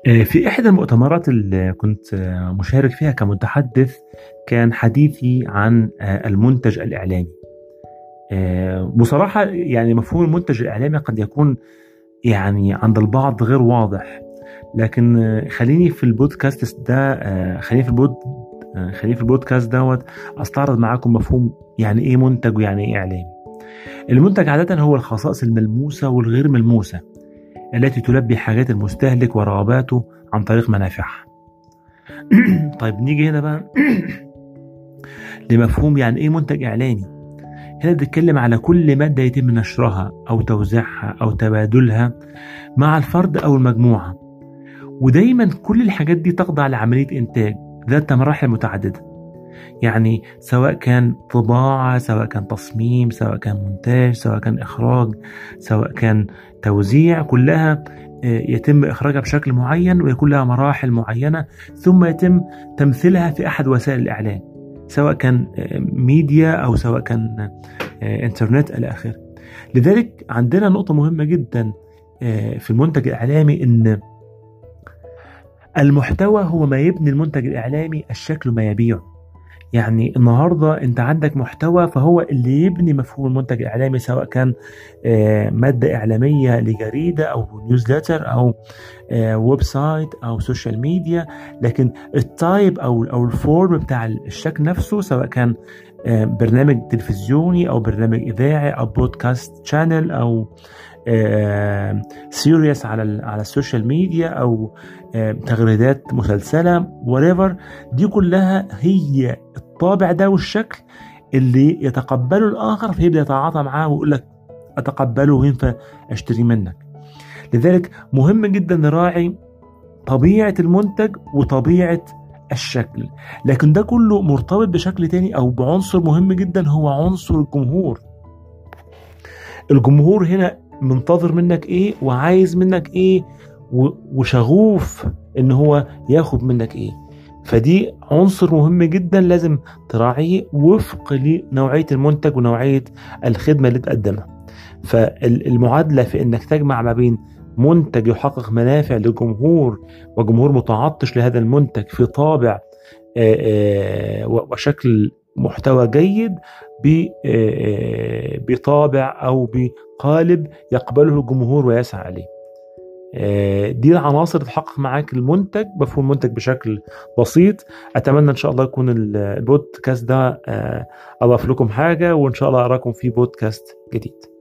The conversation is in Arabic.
في إحدى المؤتمرات اللي كنت مشارك فيها كمتحدث، كان حديثي عن المنتج الإعلامي. بصراحة يعني مفهوم المنتج الإعلامي قد يكون يعني عند البعض غير واضح، لكن خليني في البودكاست ده خليني في البودكاست دوت أستعرض معاكم مفهوم يعني إيه منتج ويعني إيه إعلامي. المنتج عادة هو الخصائص الملموسة والغير ملموسة التي تلبي حاجات المستهلك ورغباته عن طريق منافعها. طيب نيجي هنا بقى لمفهوم يعني ايه منتج اعلامي. هنا بنتكلم على كل مادة يتم نشرها او توزيعها او تبادلها مع الفرد او المجموعة، ودايما كل الحاجات دي تخضع لعملية انتاج ذات مراحل متعددة. يعني سواء كان طباعة، سواء كان تصميم، سواء كان مونتاج، سواء كان إخراج، سواء كان توزيع، كلها يتم إخراجها بشكل معين ويكون لها مراحل معينة، ثم يتم تمثيلها في أحد وسائل الإعلام، سواء كان ميديا أو سواء كان إنترنت إلى آخره. لذلك عندنا نقطة مهمة جدا في المنتج الإعلامي، إن المحتوى هو ما يبني المنتج الإعلامي، الشكل ما يبيعه. يعني النهاردة انت عندك محتوى، فهو اللي يبني مفهوم المنتج الإعلامي، سواء كان مادة إعلامية لجريدة أو نيوزلتر أو ويب سايت أو سوشيال ميديا. لكن التايب أو الفورم بتاع الشكل نفسه، سواء كان برنامج تلفزيوني أو برنامج إذاعي أو بودكاست شانل أو سيريس على السوشيال ميديا أو تغريدات مسلسلة whatever، دي كلها هي الطابع ده والشكل اللي يتقبله الآخر، فيبدأ يتعاطى معاه ويقول لك أتقبله وينفع أشتري منك. لذلك مهم جدا نراعي طبيعة المنتج وطبيعة الشكل، لكن ده كله مرتبط بشكل تاني أو بعنصر مهم جدا، هو عنصر الجمهور. الجمهور هنا منتظر منك ايه وعايز منك ايه وشغوف ان هو ياخد منك ايه. فدي عنصر مهم جدا لازم تراعيه وفق لنوعية المنتج ونوعية الخدمة اللي تقدمها. فالمعادلة في انك تجمع ما بين منتج يحقق منافع لجمهور وجمهور متعطش لهذا المنتج في طابع وشكل محتوى جيد بطابع أو بقالب يقبله الجمهور ويسعى عليه. دي العناصر تحقق معاك المنتج، مفهوم المنتج بشكل بسيط. أتمنى إن شاء الله يكون البودكاست ده أضاف لكم حاجة، وإن شاء الله أراكم في بودكاست جديد.